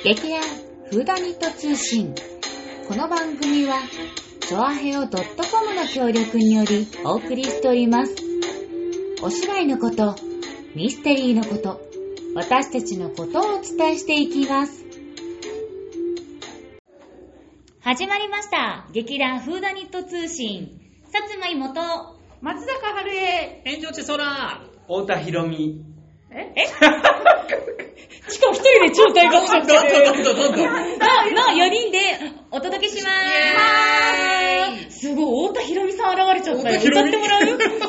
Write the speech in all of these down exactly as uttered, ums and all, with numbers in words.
劇団フーダニット通信。この番組はチョアヘオ .com の協力によりお送りしております。お芝居のこと、ミステリーのこと、私たちのことをお伝えしていきます。始まりました。劇団フーダニット通信。さつまいもと松坂春江、 炎上地空、 太田博美。 ええしかも一人で超大学生してる。 どんどんどんどんどん。 のよにんでお届けしまーす。すごい、太田博美さん現れちゃったよ。歌ってもらう？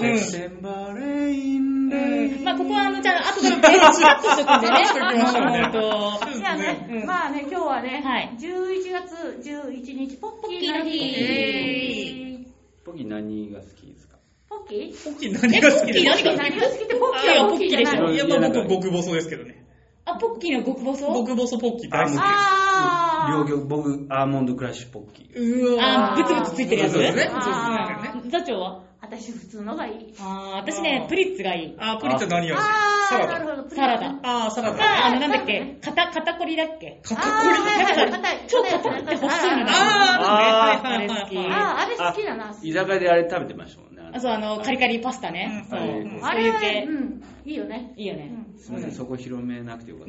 うん。まあここはあのじゃあ後からページカットしとくんでね。 本当。じゃあね、まあね今日はね、はい、じゅういちがつじゅういちにちポッキーの日。 ポッキー何が好きですか？ ポッキー？ ポッキー何が好きですか？ 何が好きってポッキーはポッキーじゃない。 いや、まあ僕極細ですけどね。 あ、ポッキーの極細？ 極細ポッキー大好きです。 両極、僕、アーモンドクラッシュポッキー。 うわー、ブツブツついてるやつそうですね。 座長は？ 私普通のがいい。 あー、私ね、プリッツがいい。 あー、プリッツは何味？ サラダ。なるほど。 サラダ。 あー、サラダ。 あ、あの、なんだっけ、肩、肩こりだっけ？ 肩こり硬い。 超硬くて欲しいのね。 あー、 あれ好き。 あー、あれ好きだな。 居酒屋であれ食べてましたもんね。 あ、そう、あの、カリカリパスタね。そう。 あれは、うん、いいよね。 いいよね。 すみません、そこ広めなくてよかった。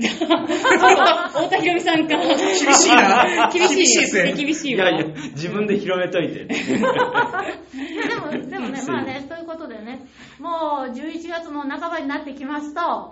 太田博美さんから。 厳しいな。 厳しい。 厳しいですね。 厳しいわ。 いやいや、自分で広めといて。 でも、でもね、まあね、そういうことでね、もうじゅういちがつも半ばになってきますと、 うん。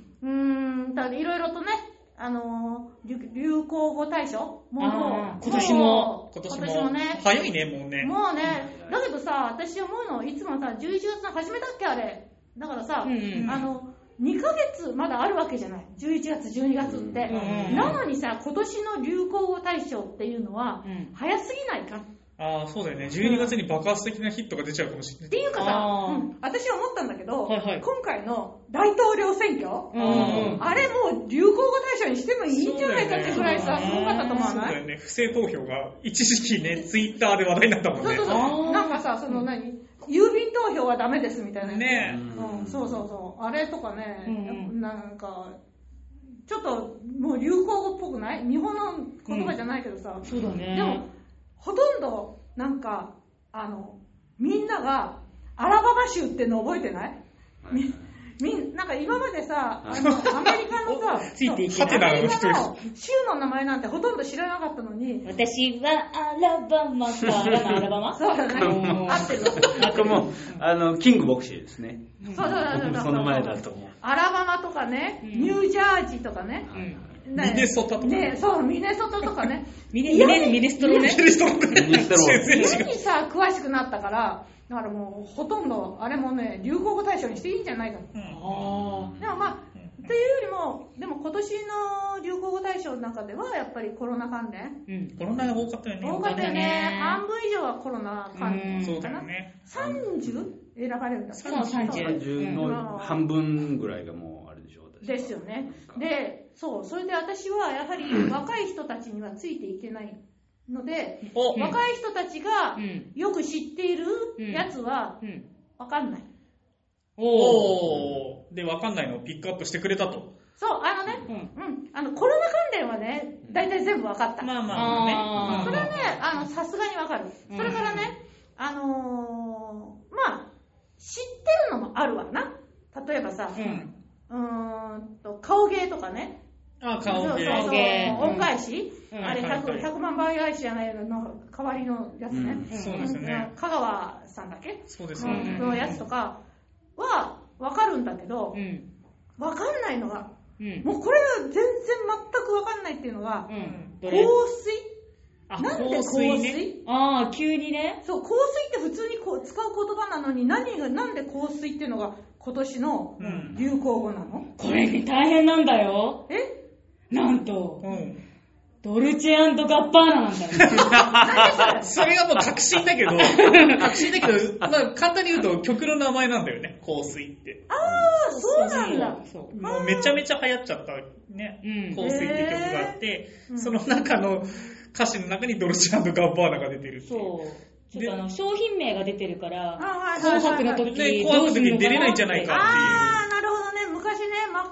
うーん、だいろいろとね、あのー、流行語大賞もう、今年も、 今年もね。早いね、もうね。 もうね、だけどさ、私思うの、いつもさ、じゅういちがつの初めだっけ、あれ。だからさ、 うんうん、 あの、にかげつまだあるわけじゃない。じゅういちがつ、じゅうにがつって。 うんうん、 なのにさ、今年の流行語大賞っていうのは、早すぎないか。 ああ、そうだよね。じゅうにがつに爆発的なヒットが出ちゃうかもしれない。 っていうかさ、うん、私は思ったんだけど、 はいはい、 今回の大統領選挙、 うんうん、 あれもう流行語大賞にしてもいいんじゃないかってぐらいさ、すごかったと思わない？ そうだよね。不正投票が一時期ね、ツイッターで話題になったもんね。 そうそうそう。なんかさ、その何、郵便投票はダメですみたいなね。 うん、そうそうそう。あれとかね、 うん、 なんか、ちょっともう流行語っぽくない？日本の言葉じゃないけどさ。 うん、そうだね。 でも、ほとんど、なんか、あの、みんなが、アラバマ州っての覚えてない？み、みんなんか今までさ、あの、アメリカのさ、 ついていけない。 アメリカの州の名前なんてほとんど知らなかったのに。 私はアラバマからのアラバマ？ そうだね。合ってる。 あともう、あの、キング牧師ですね。 そうそうそうそう。 その前だと思う。 アラバマとかね、ニュージャージーとかね。 ミネソタとかね。そう、ミネソタとかね。 ミネ、ミネ、ミネストロね。 ミネストロね。 ミネストロ。 家にさ、詳しくなったから、だからもうほとんど、あれもね、流行語大賞にしていいんじゃないかと。うん、でもまあ、というよりも、でも今年の流行語大賞の中ではやっぱりコロナ関連。 うん、コロナが多かったよね。 多かったよね。半分以上はコロナ関連。 そうだよね。 さんじゅう? 選ばれるんだ。 そう、さんじゅう。 さんじゅうの半分ぐらいがもうあれでしょう。 ですよね。で、そう、それで私はやはり若い人たちにはついていけないので、うん、若い人たちがよく知っているやつは分かんない。 うんうん、おー。で、分かんないのをピックアップしてくれたと。 そう、あのね、うん、うん、あのコロナ関連はね、大体全部分かった。 まあまあね。 それはね、あの、さすがに分かる。それからね、あのー、まあ、知ってるのもあるわな。例えばさ、うんうーんと顔芸とかね。 あ、顔芸。 そうそうそう。恩返し、 うん、 あれ 100, はいはい、 ひゃくまん倍返しじゃないの代わりのやつね。 うん、そうですね。 香川さんだっけ？ そうですね。 のやつとかは分かるんだけど、うん、分かんないのが、うん、もうこれが全然全く分かんないっていうのが、うん、香水。なんで香水？ね、 ああ、急にね。 そう、香水って普通にこう使う言葉なのに、何が、なんで香水っていうのが今年の流行語なの？ これ大変なんだよ。 え？ なんと、 うん、 ドルチェ&ガッバーナなんだよ。 それがもう確信だけど、確信だけど、まあ簡単に言うと曲の名前なんだよね、香水って。 ああ、そうなんだ。 そうそうもうめちゃめちゃ流行っちゃったね、うん、香水って曲があって、その中の歌詞の中にドルチェ&ガッバーナが出てるっていう。 そう。ちょっとあの商品名が出てるから、 紅白の時、 ね、紅白の時に出れないんじゃないかっていう。 あー、なるほどね。昔ね、真っ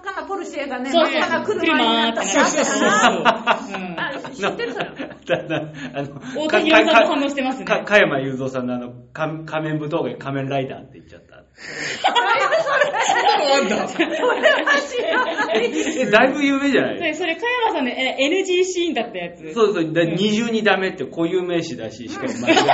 赤なポルシェがね、 そう真っ赤な車になったってあったかな。あ、知ってるそれ。 だだあの太田博さんと反応してますね。 か加山雄三さんのあの仮仮面舞踏会仮面ライダーって言っちゃった。 そうなんだ。 それは知らない。 え、だいぶ有名じゃない？ それ、加山さんの エヌジー シーンだったやつ。 そうそう、だ二重にダメって固有名詞だし、しかも間違えま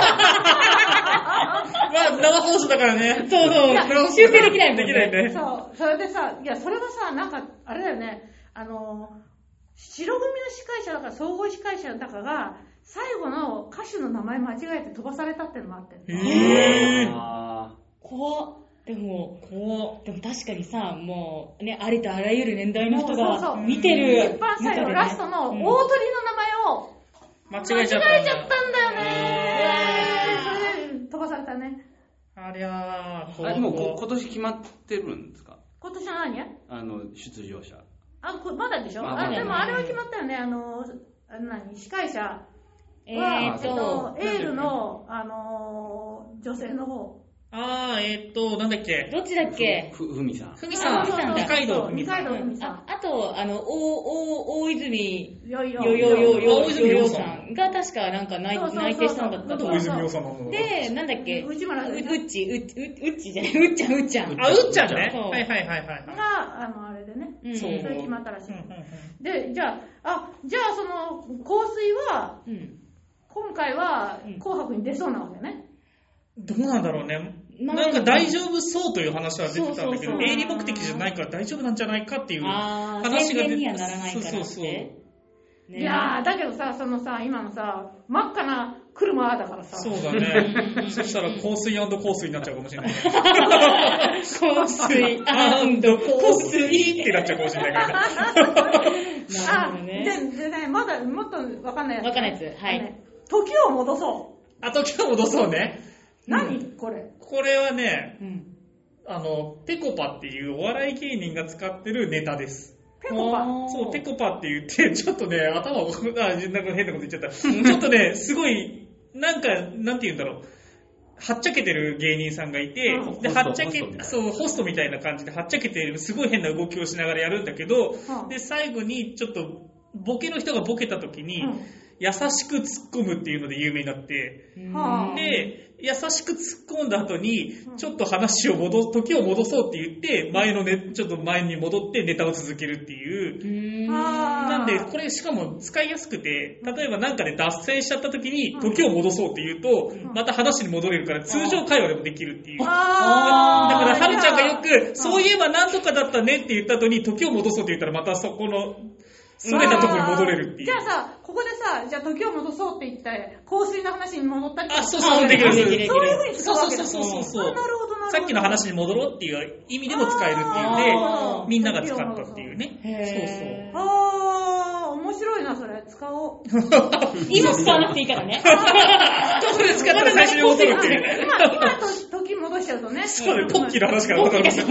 あ、生放送だからね。 そうそう。修正できないもんね。 できないね。 そう、それでさ、いや、それはさ、なんか、あれだよね、あの、白組の司会者だから、総合司会者だからが、最後の歌手の名前間違えて飛ばされたっていうのもあって。 へぇー。 怖っ。でも、 怖っ。 でも確かにさ、もう、ね、ありとあらゆる年代の人そうそうそうが見てる。 一番最後、 ね、 ラストの大鳥の名前を、 間違えちゃった。 間違えちゃったんだよね。それで飛ばされたね。 ありゃー、 あ、でもこ今年決まってるんですか？ 今年は何？ あの、出場者。 あ、こまだでしょ？ あ、 あ、でもあれは決まったよね。あの、あの何司会者は、 えーと、 エールの、あの、女性の方。 あー、えーっと、なんだっけ。 どっちだっけ？ ふ、ふみさん。 ふみさん。 ふみさんだ。 二階堂ふみさん。 二階堂ふみさん。 あ、あと、あの、お、お、大泉よいよ。 よよよよ大泉洋さんが確かなんか内そうそうそう内定したんだったと思う。 大泉洋さんの。 で、なんだっけ？ 内村うでしょうっち、うっち、うっちじゃない、うっちゃん、うっちゃん。 あ、うっちゃんね。 そうはいはいはいはい。 が、あの、あれでね。 うんそれ決まったらしい。 うんうんうんで、じゃあ、あ、じゃあその、香水は、 うん。 今回はうん紅白に出そうなわけね。 どうなんだろうね。 まあなんか大丈夫そうという話は出てたんだけど、 そうそうそう営利目的じゃないから大丈夫なんじゃないかっていうあー、 話が出て宣伝にはならないからって。 そうそうそう。 ねいやー、だけどさ、そのさ、今のさ、真っ赤な車だからさ。 そうだね。そしたら香水&香水になっちゃうかもしれない。 香水香水水ってなっちゃうかもしれないから。 なるあ、 ほどね。 で、でね、まだもっとわかんないやつ。 わかんないやつはいね時を戻そあ、時を戻そうね。 う。何これ。 これはね、 うん。 あの、ペコパっていうお笑い芸人が使ってるネタです。 ペコパ。 そう、ペコパって言って、ちょっとね、頭を、あ、なんか変なこと言っちゃった。ちょっとね、すごい、なんか、なんて言うんだろう。はっちゃけてる芸人さんがいて、 うんで、 ホストはっちゃけホストみたい、なそう、ホストみたいな感じで、はっちゃけてる、すごい変な動きをしながらやるんだけど、 うんで、最後に、ちょっと、ボケの人がボケた時に、 うん優しく突っ込むっていうので有名になって、 はあで、優しく突っ込んだ後にう、んちょっと話を戻す、時を戻そうって言って、前のね、ちょっと前に戻ってネタを続けるっていう。 あーなんで、これしかも使いやすくて、例えばなんかで脱線しちゃった時に、時を戻そうって言うと、 んまた話に戻れるから、通常会話でもできるっていう。だあーから、はるちゃんがよく、 んそういえば何とかだったねって言った後に、時を戻そうって言ったら、またそこの、それたとこに戻れるっていう。 じゃあさ、ここでさ、じゃあ時を戻そうって言って、香水の話に戻ったりとかあ、そうそう、できるできる。 できるそういう風に使そううわけだ。 そうそうそう。 あなるほどなるほど。 さっきの話に戻ろうっていう意味でも使えるっていうんあーで、みんなが使ったっていうね。 へーあー、面白いな、それ。使おう。 今使わなくていいからね。 そうそう。それ使ったら最初に戻るっていうね。 今、今と時戻しちゃうとね。 そうね、ポッキーの話から分かるんですよ。 そう。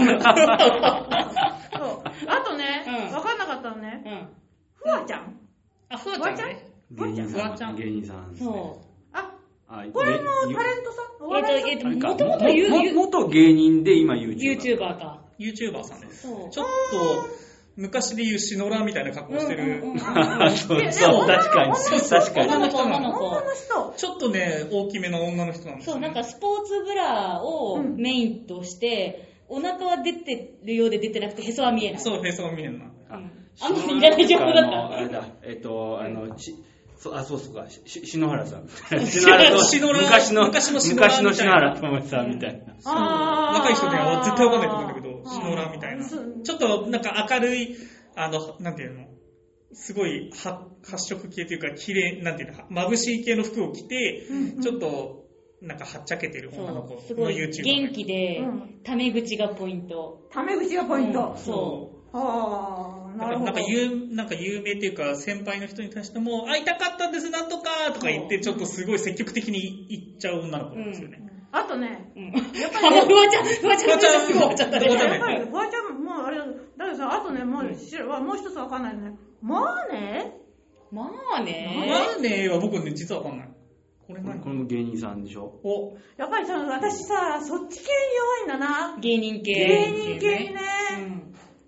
あとね、 うん分かんなかったのね。 うん。 ふわちゃんあ、ふわちゃんね。 芸人さフワちゃんん。芸人さんですね。 そあ、 あこれもタレントさんおう。えっと、 笑いさんえっと、 あれかもともとユもユ元芸人で今 YouTuber。 ユーチューバーか。 YouTuber さんです。 そう。 ちょっと、昔で言うシノラみたいな格好してる。 うんうんうんあそう、 えそう、確かに。 女の人確かに。 女の子、女の女の子。 人。 ちょっとね、大きめの女の人なんですよそう、 ね。 なんかスポーツブラをうんメインとして、お腹は出てるようで出てなくて、へそは見えない。 そう、フェイスが見えるな。 うん。あんまりいらない情報だった。 あのあれだ、えっと、あの、しそうあ、そうそうか、し篠原さん。篠原と篠原昔の、 昔の篠原昔の篠原智さんみたいな。 あー若い人には絶対わかんないと思うんだけど、 あーシノラみたいな。 そうちょっとなんか明るい、あの、なんていうの、すごいは発色系というか、綺麗、なんていうの、眩しい系の服を着て、 うんちょっと、なんかはっちゃけてる女の子そう、すのごい YouTube。 元気でうん、 タメ口がポイント。 タメ口がポイント。 そあー、なるほど。 なんか有なんか有名っていうか先輩の人に対しても会いたかったんですなんとかとか言ってちょっとすごい積極的に言っちゃう女の子なんですよね。 あとね、 う。うん。あ、フワちゃん、フワちゃん、 フワちゃんフワちゃんだね。 フワちゃんやっぱりフワちゃんもうあれだけどさ、あとね、もう知るわもう一つわかんないね。まあね、 まあね。 まあねは僕ね実はわかんない。これ何これも芸人さんでしょ？ お、 やっぱりさ、私さ、そっち系に弱いんだな。 芸人系。 芸人系にね。 うん。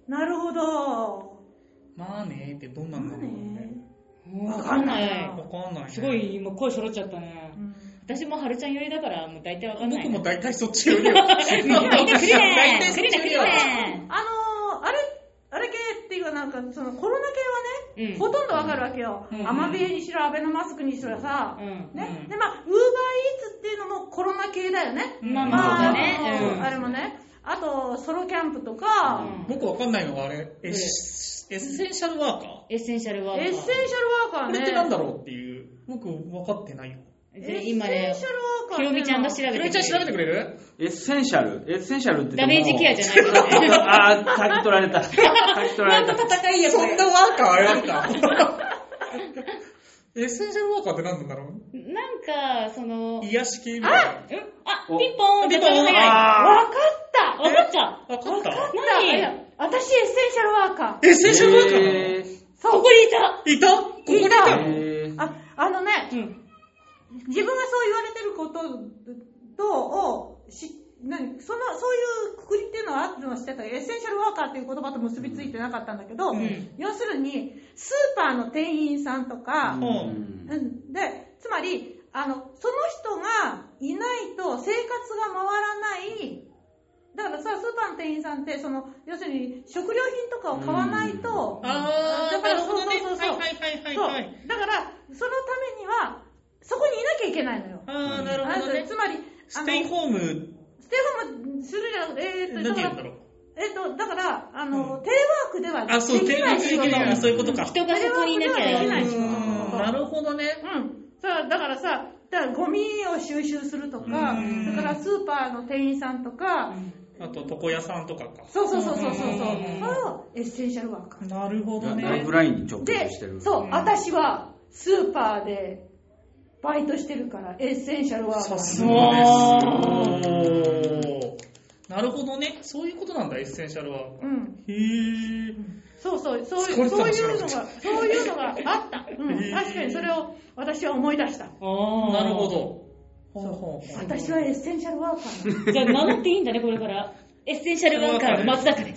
なるほど。 まあねってどんなんだろうね。 わかんない。 わかんないね。 すごい今声揃っちゃったね。うん、私もはるちゃん寄りだからもう大体わかんない、ね。 僕も大体そっち寄りよ。 大体来るね大体そっち寄りよ。 あのー、あれ、あれ系っていうかなんかそのコロナ系はね、うん、ほとんどわかるわけよ。 うん、 アマビエにしろ、アベノマスクにしろさ、うん、ね、うん、でまあウーバーイーツっていうのもコロナ系だよね。 まあまあそうだね。 うん、あれもね。あとソロキャンプとか、 うん、僕わかんないのがあれ、エッエッセンシャルワーカーエッセンシャルワーカーエッセンシャルワーカーね。 これってなんだろうっていう、僕分かってないよ。 今ね、ひろみちゃんが調べてくれる。 ひろみちゃん調べてくれる？ エッセンシャルエッセンシャルってダメージケアじゃないけどね。 あー、書き取られた。書き取られた。 なんか戦いやそんなワーカーあったエッセンシャルワーカーって何なんだろう？ なんか、その、 癒し系みたいな。 あ、うん、あ、ピンポーン。 ピンポーン。 わかったわかったわかった何？私エッセンシャルワーカー。 エッセンシャルワーカーなの？ そう。 ここにいたいたここにいたの？ あ、あのね、 うん、 自分がそう言われてることとをし、何そのそういうくくりっていうのはあってのしてたけど、エッセンシャルワーカーっていう言葉と結びついてなかったんだけど、うん、要するにスーパーの店員さんとか、うんうん、でつまりあのその人がいないと生活が回らない。だからさ、スーパーの店員さんってその要するに食料品とかを買わないと、 うん、ああ、だからそうそうそうそう、 はいはいはいはい、そうだからそのためにはそこにいなきゃいけないのよ。 ああ、なるほどね。 つまりステイホームステイホームするじゃん。えー、っと何て言うんだろう。 えー、っとだからあの、うん、テレワークではできない仕事。あ、そういうことか。 人がそこにいなきゃいけない仕事。 なるほどね。 うん。さだからさ、だからゴミを収集するとか、それからスーパーの店員さんとか。うんあと床屋さんとかか。 そうそうそうそうそう。それをエッセンシャルワーカー。 なるほどね。 ライフラインに直結してる。 そう、うん、私はスーパーでバイトしてるからエッセンシャルワーカー。 さすがです。なるほどね。そういうことなんだ、エッセンシャルワーカー。うん。へー。 そうそう、そういう、そういうのが、そういうのがあった。うん。確かにそれを私は思い出した。 あー。なるほど。 そう私はエッセンシャルワーカー。 じゃあ名乗っていいんだね、これから。エッセンシャルワーカーの松坂です。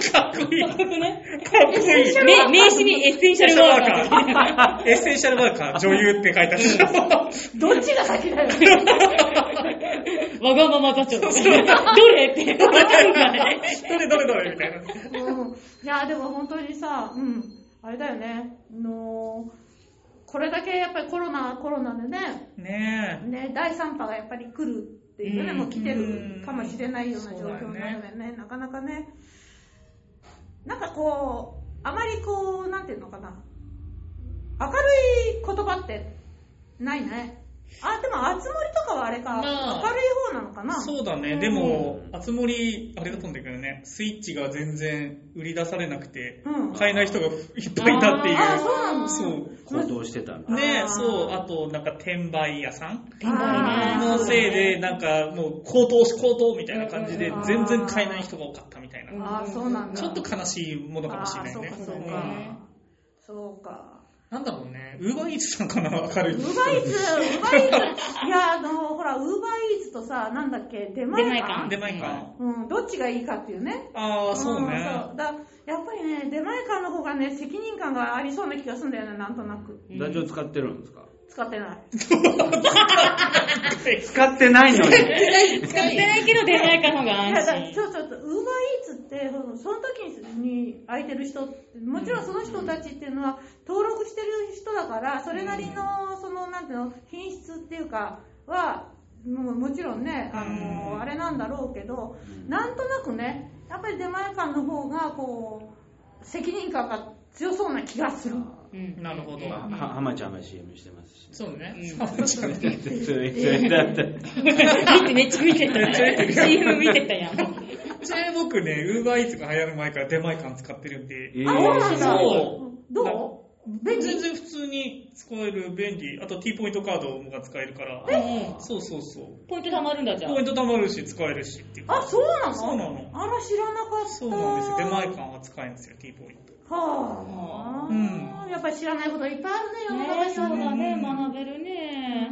かっこいい。 かっこよくね。 かっこいい。 名刺にエッセンシャルワーカー。 エッセンシャルワーカー、女優って書いてある。 どっちが先だよ。 わがまま座長。どれって。わかんない。 どれどれどれみたいな。 うん。いや、でも本当にさ、うん。あれだよね。あのーこれだけやっぱりコロナコロナでね、 ねえ、 ね、だいさん波がやっぱり来るっていうね、うん、もう来てるかもしれないような状況なのでね、なかなかね、なんかこうあまりこうなんていうのかな、明るい言葉ってないね。あ、でもあつ森とかはあれか、まあ、明るい方なのかな。 そうだね、うん、でもあつ森あれだったんだけどね、スイッチが全然売り出されなくて、うん、買えない人がいっぱいいたっていう。 あ、そうなの。 そう高騰してたんだね。そう、あとなんか転売屋さんのせいでなんかもう高騰し高騰みたいな感じで全然買えない人が多かったみたいな。 あ、そうなんだ。 ちょっと悲しいものかもしれないね。 そうかそうか。そうか。 なんだろうね、ウーバーイーツさんかな、明るい。 ウーバーイーツ、ウーバーイーツ、いや、あの、ほら、ウーバーイーツとさ、なんだっけ、出前館出前館。 うん、どっちがいいかっていうね。 ああ、そうね。うん、 そうだやっぱりね、出前館の方がね、責任感がありそうな気がするんだよね、なんとなく。 ダチョウ使ってるんですか？ 使ってない。 使ってないのに。使ってないけど出前館の方が安心。 そうそうそう、ウーバーイーツって、その時に空いてる人って、もちろんその人たちっていうのは登録してる人だから、それなりの、その、なんていうの、品質っていうか、は、もうもちろんね、あの、あれなんだろうけど、なんとなくね、やっぱり出前館の方が、こう、責任感が強そうな気がする。 うん、なるほど。 浜ちゃんが シーエム してますし、ね。 そうね。 浜ちゃんってそれそれだった。見てめっちゃ見てた。シーエム 見てたやん。 ちなみに僕ね、ウーバーイーツが流行る前から出前館使ってるんで。 えー、あ、そうなんだ。 そう。 どう？ 全然普通に使える、便利。あと T ポイントカードが使えるから。 えー、 そうそうそう。 ポイント貯まるんだじゃん。 ポイント貯まるし使えるしっていう。 あ、そうなの？ そうなの。 あら、知らなかった。 そうなんですよ。出前館は使えるんですよ、T ポイント。 はぁ、あ、うん、やっぱり知らないこといっぱいあるね、世の中には。 そうだね、学べるね。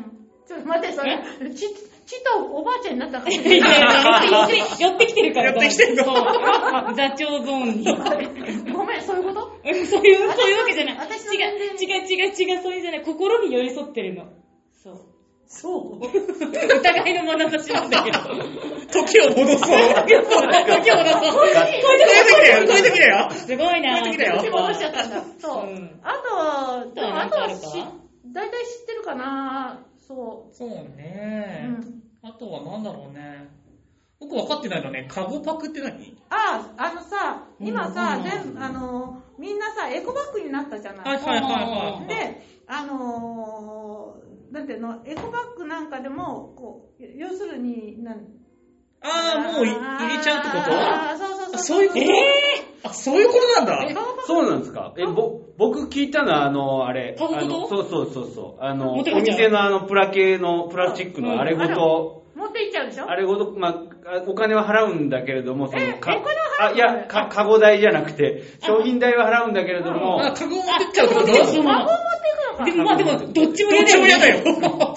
ちょっと待って、それ、ち、ちとおばあちゃんになったから。 いやいや寄って寄ってきてるから。 寄ってきてるのそう座長ゾーンに。 ごめん、そういうことそういう、そういうわけじゃない。 私の違う、違う、違う、違う、そういうんじゃない。心に寄り添ってるの。そう。 そうお互いの眼差しなんだけど。 時を戻そう。 時を戻そう。こういうこういう時だよ、こういう時だよ。 すごいなぁ。 こういう時だよ手戻しちゃったんだ。そう。 うん、 あとは、でもあとはしあとは何かあるか、 大体知ってるかな。そう。 そうね、 うん、 あとはなんだろうね。僕分かってないのね、カゴパクって何？ ああ、あのさ、今さ、 うん全部、あの、みんなさ、エコバッグになったじゃない。 はいはいはいはい。 で、あのー、なんていうの、エコバッグなんかでも、こう、要するに、なんああ、もうい入れちゃうってこと？ ああ、そうそうそう。 そういうこと？ えあ、そういうことなんだ。 エコバッグそうなんですか。え、ぼ、僕聞いたのは、あの、あれ、 カゴごとあの、そうそうそうそう、あの、お持って帰っちゃう店のあの、プラ系の、プラスチックのあれごと、 持っていっちゃうでしょ。 あれごと、まあ、お金は払うんだけれども、そえの、かお金は払うのあ、いや、か、カゴ代じゃなくて、商品代は払うんだけれども、 あ、カゴ持ってっちゃうってこと？ そうカゴ持っていくのか。 でもまあでも、どっちもどっちも嫌だよね。 嫌だよ。 ああ、なるほど、なる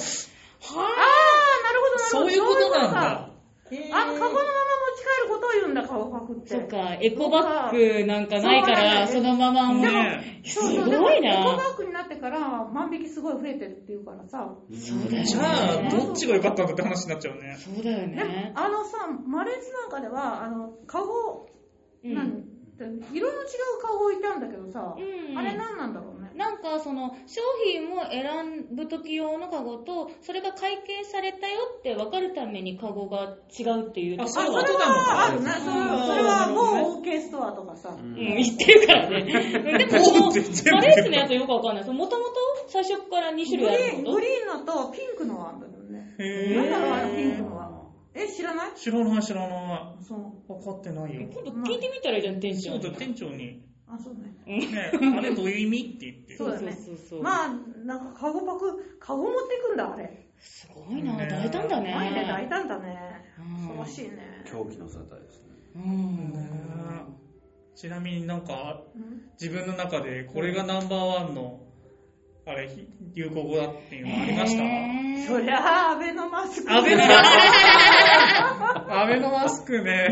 ほど。 そういうことなんだ。 あ、カゴのまま持ち帰ることを言うんだ、カゴパクって。 そっか、エコバッグなんかないから、そのままもう、 ねすそうそう、 ごいでもエコな。 バッグになってから万引きすごい増えてるっていうからさ。 そうだよね。 じゃあ、どっちが良かったんだって話になっちゃうね。 そうだよでもね。 あのさ、マレーツなんかでは、あの、カゴ、 うん何色の違うカゴ置いてあるんだけどさ、 うんあれ何なんだろうね。 なんかその商品を選ぶ時用のカゴとそれが会計されたよって分かるためにカゴが違うっていうとこあ、 ろはそれはあるね。それうんそれはもう OK ストアとかさ。 うん、言ってるからね。でもこのマレーツのやつよくわかんない。もともと最初からに種類あるってこと？ グリーンのとピンクのはあるんだけどね。 へなんだろう、あー。 のピンクのは。え、知らない知らない知らない。 そう。 分かってないよ。 今度聞いてみたらいいじゃん、店長に。 そうだ、店長に。 あ、そうね。 ね、あれどういう意味って言って。 そうだねそうそうそう。 まあ、なんかカゴパク、カゴ持っていくんだ、あれ。 すごいな、大胆だね。 マジで大胆だね。 うん恐ろしいね。 狂気の沙汰ですね。 うん。 ねちなみになんか、 うん自分の中でこれがナンバーワンの、あれ、流行語だっていうのありました？ へーそりゃあ、アベノマスク。 アベノマスクアベノマスクね。 いやー、あ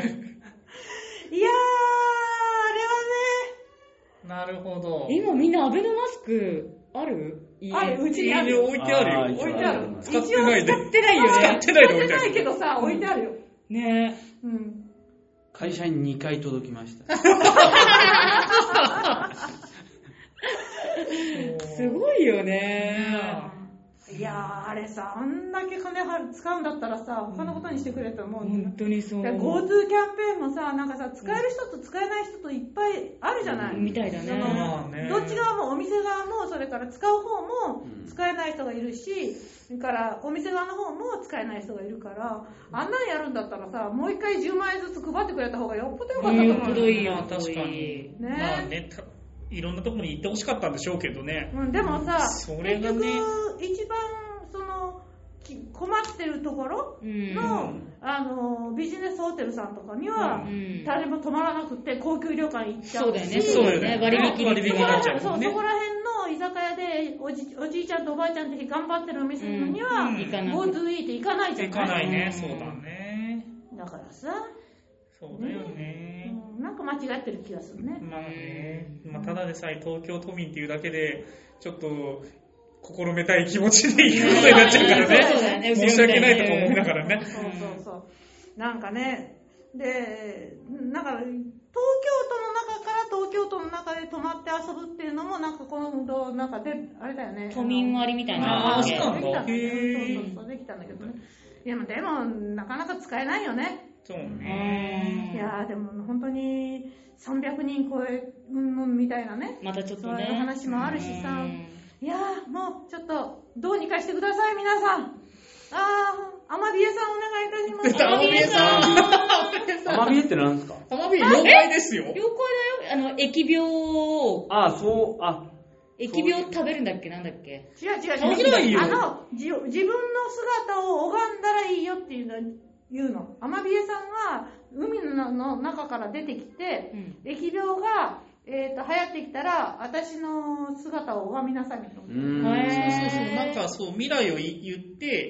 れはなるほど。 今みんなアベノマスクある？家あるうちにある家に置いてあるよ。 あーね、置いてある。 使ってないで。 使ってないよね。 使ってないで置いてある。 使ってないけどさ、置いてあるよ。 ねうん。 会社ににかい届きました。 すごいよね。 いやー、あれさ、あんだけ金は使うんだったらさ、他のことにしてくれと思うんだよ本当にそう。 で GoTo キャンペーンもさ、なんかさ、使える人と使えない人といっぱいあるじゃない、 みたいだね。 そのまあねどっち側も、お店側も、それから使う方もうん使えない人がいるし、それからお店側の方も使えない人がいるから、あんなんやるんだったらさ、もう一回じゅうまんえんずつ配ってくれた方がよっぽどよかったとよっ思う。 ぽどいいよまあ確かに。 ねまあね、たいろんなところに行ってほしかったんでしょうけどね。 うん、でもさ、 それがね結局、一番そのき困ってるところうん。 の、あのビジネスホテルさんとかには、 うん誰も泊まらなくて高級旅館行っちゃうそうだよね。 しそうだよね割引割引になっちゃうもんねそうそこら辺の居酒屋でおじおじいちゃんとおばあちゃんって頑張ってるお店には、 うん行かなく GoTo イート行かないじゃ行ないかないね、 うんそうだね。 だからさ、 そうだよね。 うん、なんか間違ってる気がするね。 まあね、まあ、ただでさえ東京都民っていうだけで、ちょっと、心めたい気持ちで行くことになっちゃうからそうだねね。申し訳ないとか思いながらね。 そうそうそう。なんかね、で、なんか、東京都の中から東京都の中で泊まって遊ぶっていうのも、なんか今度、なんかで、あれだよね。 都民割みたいなあー感じで。 そうなんだできたんだけど、 へーそうそうそう、できたんだけどね。いや、でも、なかなか使えないよね。 そううね。 んいやー、でも本当にさんびゃくにん超え、うんうんみたいなね。 またちょっとね。 そういう話もあるしさうんいやー、もうちょっと、どうにかしてください、皆さん。あー、アマビエさんお願いいたします。 出たアマビエさんアマビエって何ですか？ アマビエ妖怪ですよ。 妖怪だよ。あの、疫病を、 ああ、そう、あ、 疫病食べるんだっけなんだっけ違う違う食べないよあの、じ自分の姿を拝んだらいいよっていうの言うの。アマビエさんが海のの中から出てきて、 うん疫病が、 えー、と流行ってきたら私の姿を拝みなさいみたいな。 うーんそうそうそう、なんかそう、未来を言って、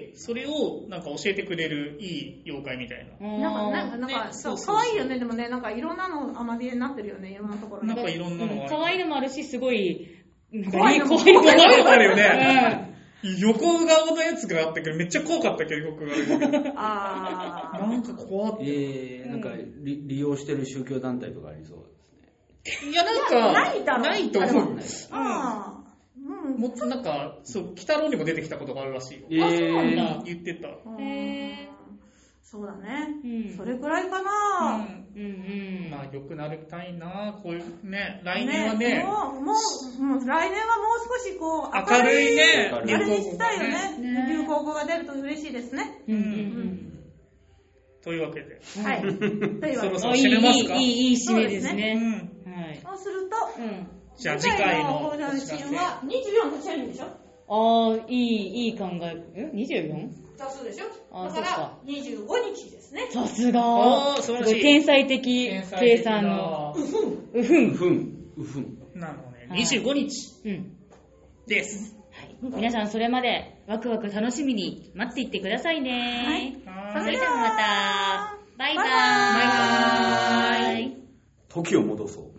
それをなんか教えてくれるいい妖怪みたいな。 なんか、なんか、なんか、 ねそう、 そうそうそう可愛いよね。でもね、なんかいろんなのアマビエになってるよね、いろんなところに。 なんかいろんなのがある。 可愛いのもあるし、すごい、なんか怖いのも怖いのも怖いのあるようね。横顔のやつがあったけど、めっちゃ怖かったけど、横顔が。 あー。 なんか怖って。 えー、なんか利利用してる宗教団体とかありそうですね。 いや、なんか、 ないだろないと思う。 あー。うん。 もっとなんか、そう、鬼太郎にも出てきたことがあるらしいよ。 えあ、そうなんだ。 言ってた。 へそうだね。 うんそれくらいかうな。 ん。 うんうん。 まあ、良くなりたいな、こういうね、来年はね、 もう、もう、もう来年はもう少しこう、 明るいね、 あれにしたいよね。 ね流行語が出ると嬉しいですね。 うんうんというわけで。 はい。というわけで。 そろそろうん。いい、 締めますかいい、いい、いい締めですうね。 ん。 はい。 そうすると、 うん。 じゃあ次回の放送のシーンはにじゅうよん立ち上げるでしょ。 ああ、いい、いい考え。ん ?にじゅうよん? だそうでしょ。 あだからそっかにじゅうごにちですね。 さすが。 おー素晴らしいすごい天才的天才計的な算の。うふ。 うんふん、うふん。 なのね、 はいにじゅうごにちうん。 です。 はい。皆さんそれまでワクワク楽しみに待っていってくださいね。 はいそれではまた。バイバーイ。 バイバーイバイバーイ。 時を戻そう。